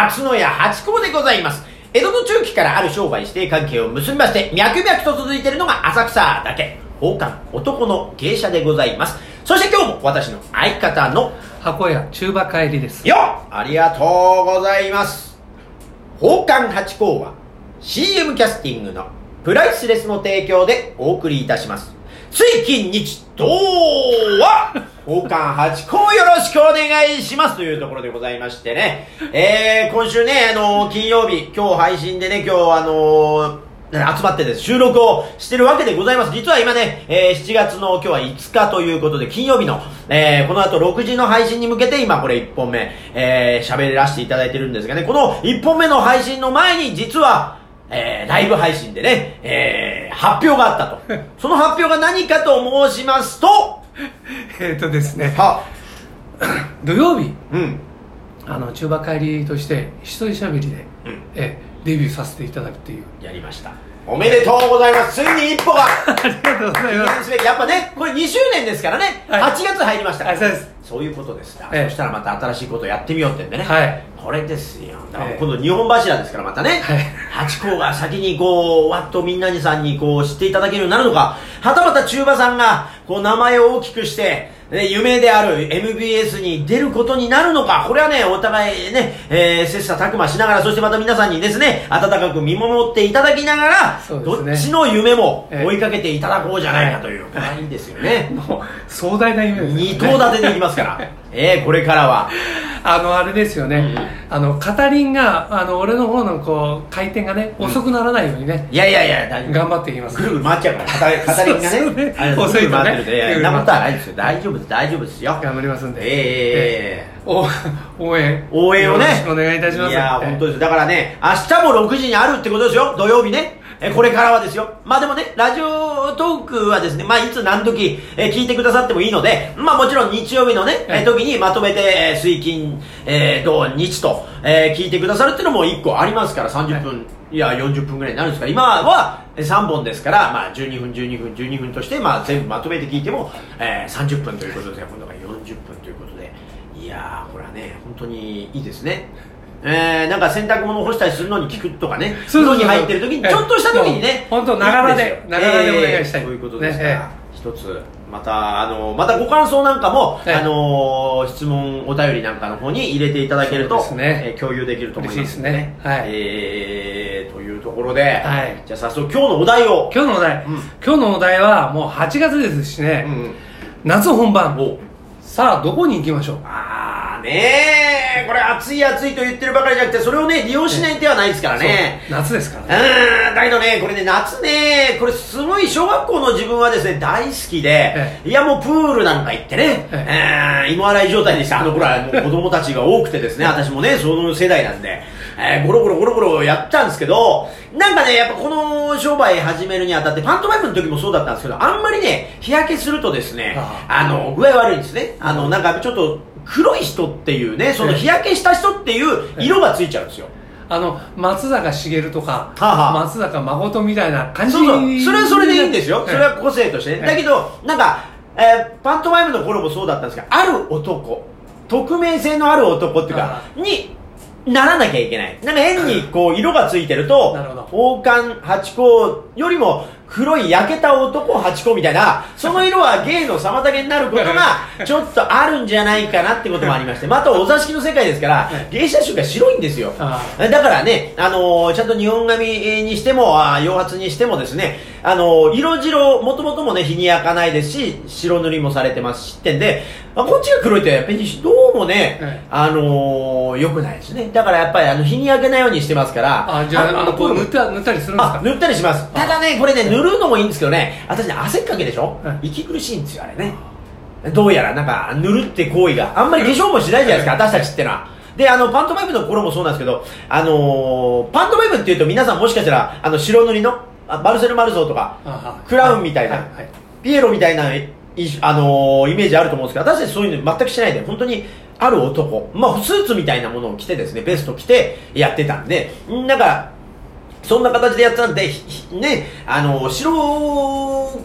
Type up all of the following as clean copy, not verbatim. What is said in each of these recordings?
松野屋八甲でございます。江戸の中期からある商売指定関係を結びまして、脈々と続いているのが浅草だけ、宝冠男の芸者でございます。そして今日も私の相方の箱屋中馬帰りですよ。ありがとうございます。宝冠八甲は CM キャスティングのプライスレスの提供でお送りいたします。つい近日どうは宝冠八甲よろしくお願いしますというところでございましてね、今週ね金曜日、今日配信でね、今日集まってです収録をしてるわけでございます。実は今ね、7月の今日は5日ということで、金曜日の、この後6時の配信に向けて今これ1本目、喋らせていただいてるんですがね、この1本目の配信の前に実はライブ配信でね、発表があったと。その発表が何かと申しますとですね、土曜日、中馬帰りとして一人喋りで、デビューさせていただくっていう。 やりました。おめでとうございます。ついに一歩がありがとうございます。 やっぱね、これ2周年ですからね、8月入りましたから、 そうです。 そういうことです。そしたらまた新しいことをやってみようってんでね、これですよ。だから今度日本柱ですからまたね、八甲が先にこうわっとみんなにさんにこう知っていただけるようになるのか、はたまた中馬さんがこう名前を大きくして夢である MBS に出ることになるのか、これはねお互いね、切磋琢磨しながら、そしてまた皆さんにですね温かく見守っていただきながら、どっちの夢も追いかけていただこうじゃないかという、これはいいんですよね。 もう壮大な夢ですね。 二頭立てでいきますからこれからはあれですよね、片輪が俺の方のこう回転がね遅くならないようにね、 いや頑張っていきます。 ぐるぐる回っちゃうから片輪がね遅いとね、 そんなことはないですよ。大丈夫ですよ。 頑張りますんで、応援をねよろしくお願いいたします。 いや本当です。だからね、明日も6時にあるってことですよ、土曜日ね。これからはですよ。まあでもね、ラジオトークはですね、まあいつ何時聞いてくださってもいいので、まあもちろん日曜日のね、時にまとめて水金土日と聞いてくださるっていうのも1個ありますから、30分いや40分ぐらいになるんですから、今は3本ですから、まあ12分として、まあ全部まとめて聞いても30分ということで、今度が40分ということで、いやーこれはね本当にいいですね。なんか洗濯物を干したりするのに聞くとかね、風呂に入ってる時にちょっとした時にね、 本当ながらでお願いしたいということですから、一つまたご感想なんかも、質問お便りなんかの方に入れていただけると、共有できると思いますね。というところで、じゃあ早速今日のお題を。 今日のお題はもう8月ですしね、夏本番。さあどこに行きましょう。 これ暑いと言ってるばかりじゃなくて、それをね利用しない手はないですからね。 夏ですからね。 だけどね、これね夏ね、これすごい小学校の自分はですね大好きで、いやもうプールなんか行ってね、芋洗い状態でした。あの頃はもう子供たちが多くてですね、私もねその世代なんで、ゴロゴロやったんですけど、なんかねやっぱこの商売始めるにあたって、パントマイムの時もそうだったんですけど、あんまりね日焼けするとですね具合悪いんですね。なんかちょっと黒い人っていうね、その日焼けした人っていう色がついちゃうんですよ。 松坂茂とか、松坂誠みたいな感じ。 それはそれでいいんですよ。それは個性としてね。だけどなんか、パントマイムの頃もそうだったんですが、ある男、匿名性のある男っていうかにならなきゃいけない。なんか変にこう色がついてると、宝冠八甲よりも黒い焼けた男八甲みたいな、その色は芸の妨げになることがちょっとあるんじゃないかなってこともありまして、またお座敷の世界ですから芸者衆が白いんですよ。だからね、ちゃんと日本髪にしても洋髪にしてもですね、色白もともともね日に焼かないですし、白塗りもされてますしってんで、こっちが黒いとやっぱりどうもね、良くないですね。だからやっぱり日に焼けないようにしてますから。 じゃあこう塗ったりするんですか。 塗ったりします。ただねこれね塗るのもいいんですけどね、私ね汗っかけでしょ、息苦しいんですよあれね。どうやらなんか塗るって行為があんまり化粧もしないじゃないですか私たちってのは。でパントマイムの頃もそうなんですけど、パントマイムっていうと皆さんもしかしたら白塗りのマルセル・マルゾーとかクラウンみたいな、ピエロみたいなイメージあると思うんですけど、私たちそういうの全くしてないで、本当にある男、スーツみたいなものを着てですね、ベスト着てやってたんで、なんかそんな形でやってたんでね、白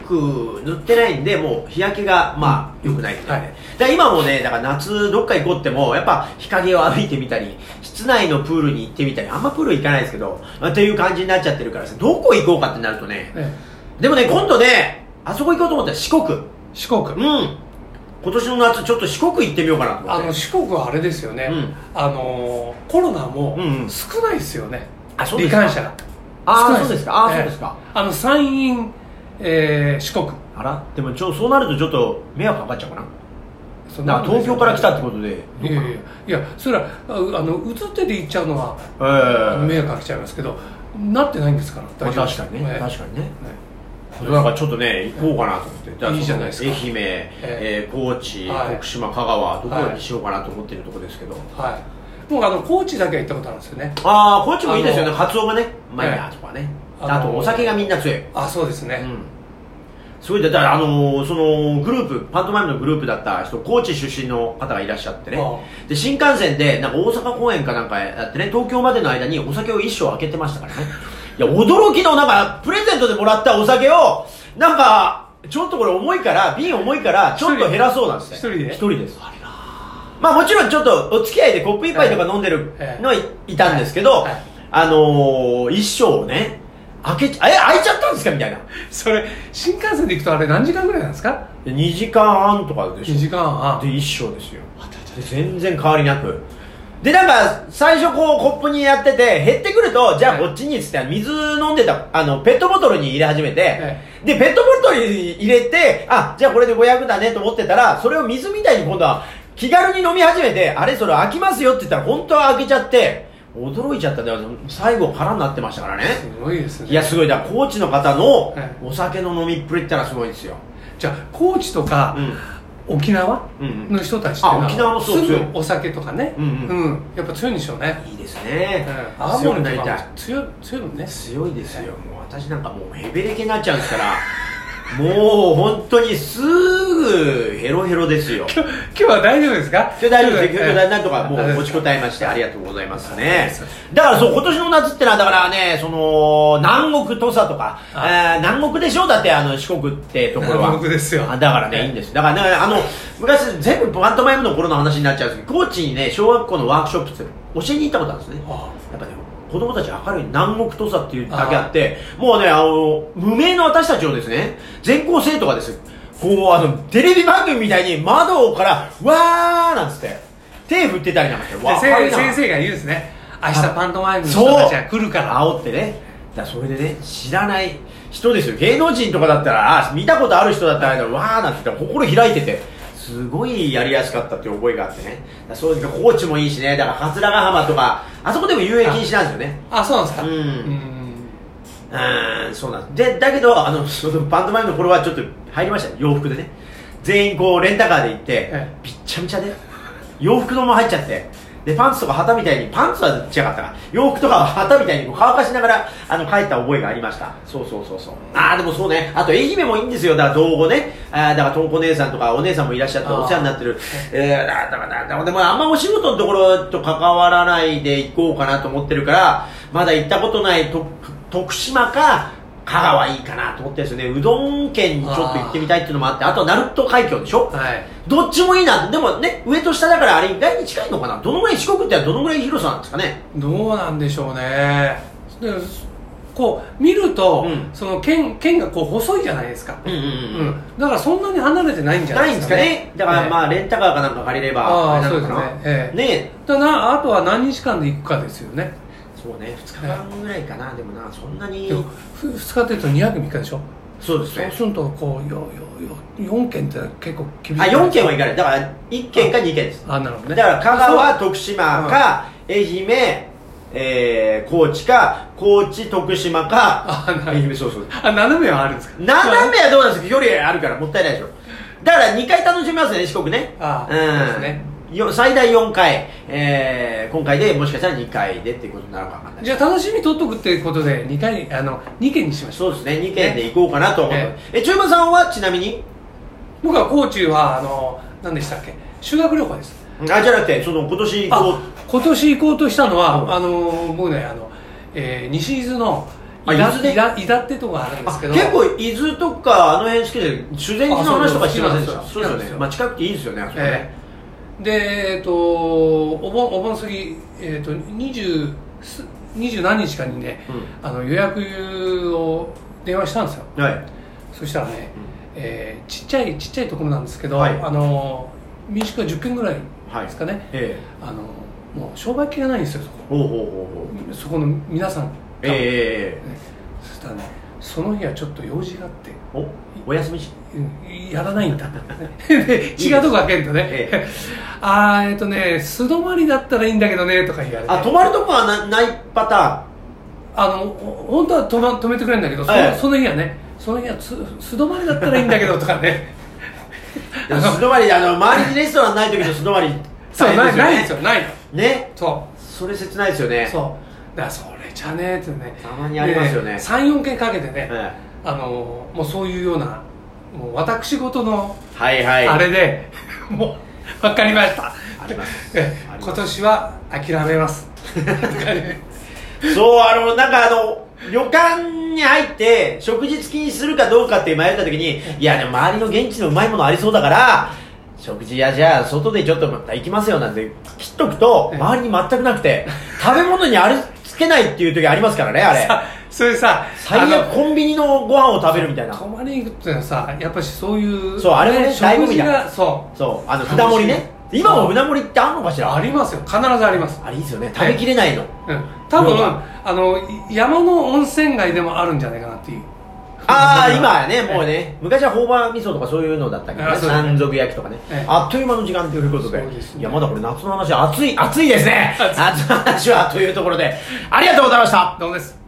ク塗ってないんで、もう日焼けがまあ良くないって、はい、だから今もね、だから夏どっか行こうってもやっぱ日陰を歩いてみたり、室内のプールに行ってみたり、あんまプール行かないですけど、っていう感じになっちゃってるからさ、どこ行こうかってなるとね、でもね、今度ね、あそこ行こうと思ったら四国。 四国、 今年の夏ちょっと四国行ってみようかなと思って。 四国はあれですよね、コロナも少ないですよね、罹患者が。 そうですか。そうですか。 山陰、四国。 あら、でもそうなるとちょっと迷惑かかっちゃうかな。なんか東京から来たってことで。 いや、それは映ってて行っちゃうのは迷惑かけちゃいますけど、なってないんですから。 確かにね。確かにね。なんかちょっとね、行こうかなと思って。 いいじゃないですか。 愛媛、高知、徳島、香川、どこにしようかなと思ってるところですけど。 はい。もう高知だけは行ったことあるんですよね。 高知もいいですよね。カツオがね、うまいなとかね。あとお酒がみんな強い。 そうですね。 すごい。だからそのグループ、パントマイムのグループだった人、高知出身の方がいらっしゃってね。で、新幹線でなんか大阪公演かなんかやってね、東京までの間にお酒を一升開けてましたからね。いや、驚きのなんかプレゼントでもらったお酒をなんかちょっとこれ瓶重いからちょっと減らそうなんですね。一人です。まあもちろんちょっとお付き合いでコップ一杯とか飲んでるのはいたんですけど、一升をね、開いちゃったんですかみたいな。 それ新幹線で行くとあれ何時間ぐらいなんですか ？2時間半とかでしょ。 2時間半で一升ですよ。で全然変わりなく。でなんか最初こうコップにやってて減ってくると、じゃあこっちにっつって水飲んでたペットボトルに入れ始めて、でペットボトルに入れて、じゃあこれで500だねと思ってたら、それを水みたいに今度は気軽に飲み始めて、あれそれ開きますよって言ったら本当は開けちゃって、驚いちゃったんだよ。最後空になってましたからね。 すごいですね。 いやすごい。だから高知の方のお酒の飲みっぷりってのはすごいですよ。 じゃあ高知とか、沖縄の人たちって沖縄もそうですよ。 お酒とかね、やっぱ強いんでしょうね。 いいですね。 青森とか強いのね。 強いですよ。もう私なんかもうヘベレケになっちゃうんですから。もう本当にすぐヘロヘロですよ。 今日は大丈夫ですか？ 今日大丈夫です。今日なんとかもう持ちこたえましてありがとうございますね。だからそう、今年の夏ってのはだからね、その南国土佐とか、南国でしょ。だって四国ってところは南国ですよ。 だからね、いいんです。だからね、昔全部パントマイムの頃の話になっちゃうんですけど、高知にね、小学校のワークショップって教えに行ったことあるんですね。やっぱね、子供たち明るい南国土佐っていうだけあって、もうね、無名の私たちをですね、全校生徒がですね、こうテレビ番組みたいに窓からわーなんつって手振ってたりなんかして、 先生が言うんですね。明日パントマイムの人たちが来るから煽ってね。だからそれでね、知らない人ですよ。芸能人とかだったら、見たことある人だったらわーなんて言ったら心開いてて、すごいやりやすかったっていう覚えがあってね。そうですか。高知もいいしね。だから桂ヶ浜とかあそこでも遊泳禁止なんですよね。 そうなんですか。 そうなんです。でだけどそのパントマイムの頃はちょっと入りましたよ。洋服でね、全員こうレンタカーで行って、びっちゃびちゃで洋服のまま入っちゃって、でパンツとか旗みたいに、パンツは違かったか、洋服とか旗みたいにこう乾かしながら帰った覚えがありました。そうでもそうね。あと愛媛もいいんですよ。だから道後ね、だからとんこ姉さんとかお姉さんもいらっしゃってお世話になってる。でもあんまお仕事のところと関わらないで行こうかなと思ってるから、まだ行ったことない徳島か香川いいかなと思ってるんですよね。うどん県にちょっと行ってみたいっていうのもあって、あとは鳴門海峡でしょ。どっちもいいな。でもね、上と下だからあれ意外に近いのかな。どのぐらい、四国ってどのぐらい広さなんですかね。 どうなんでしょうね。でこう見ると、その県がこう細いじゃないですか。だからそんなに離れてないんじゃないですかね。 だからまあレンタカーかなんか借りればそうですね。あとは何日間で行くかですよね。 そうね、2日間ぐらいかな。でもな、そんなに 2日っていうと2泊3日でしょ。 そうですね。 そうするとこう4県って結構厳しい。 4県は行かない。だから1県か2県です。 なるほどね。 だから香川、徳島か愛媛、高知か、高知、徳島か、愛媛。そう斜めはあるんですか。 斜めはどうなんですか。距離あるからもったいないでしょ。だから2回楽しみますね、四国ね。 そうですね。 最大4回、今回でもしかしたら2回でっていうことになるか分かんない。 じゃあ楽しみ取っとくっていうことで2軒にしましょう。 そうですね、2軒で行こうかなと思って。中馬さんはちなみに？ 僕は高知は何でしたっけ、修学旅行です。 じゃなくて今年行こう。 今年行こうとしたのは、僕ね西伊豆の伊達ってとこがあるんですけど、 結構伊豆とかあの辺好きで修善寺の話とかしてませんでした？そうですよね。まあ近くていいですよね、あそこね。 でお盆過ぎ20何日かにね、予約を電話したんですよ。そしたらね、ちっちゃいところなんですけど、民宿が10軒ぐらいですかね、もう商売気がないんですよ、そこの皆さん。そしたらね、その日はちょっと用事があってお休みやらないんだで違うとこ開けんとね、素泊まりだったらいいんだけどねとか言われて、 泊まるとこはないパターン、本当は止めてくれるんだけど、その日は素泊まりだったらいいんだけどとかね素泊まり周りにレストランない時の素泊まりそうないんですよ、ないのね。 それ切ないですよね。 だからそれじゃねえってね、 たまにありますよね。 3、4件かけてね、もうそういうようなもう私事のあれでもう分かりました、今年は諦めますそうなんか旅館に入って食事付きにするかどうかって迷った時に、いやでも周りの現地のうまいものありそうだから食事屋じゃあ外でちょっとまた行きますよなんて切っとくと周りに全くなくて食べ物にあれつけないっていう時ありますからね、あれ。 それさ、 最悪コンビニのご飯を食べるみたいな。 泊まりに行くってのはさ、やっぱりそういうあれもね、醍醐味だ。 船盛りね。今も船盛りってあるのかしら？ ありますよ、必ずあります。 あれいいですよね、食べきれないの。 多分山の温泉街でもあるんじゃないかなっていう。 今はね、もうね、昔は朴葉味噌とかそういうのだったけどね、山賊焼きとかね、あっという間の時間ということで、いやまだこれ夏の話、暑いですね。夏の話はというところで、ありがとうございました。 どうもです。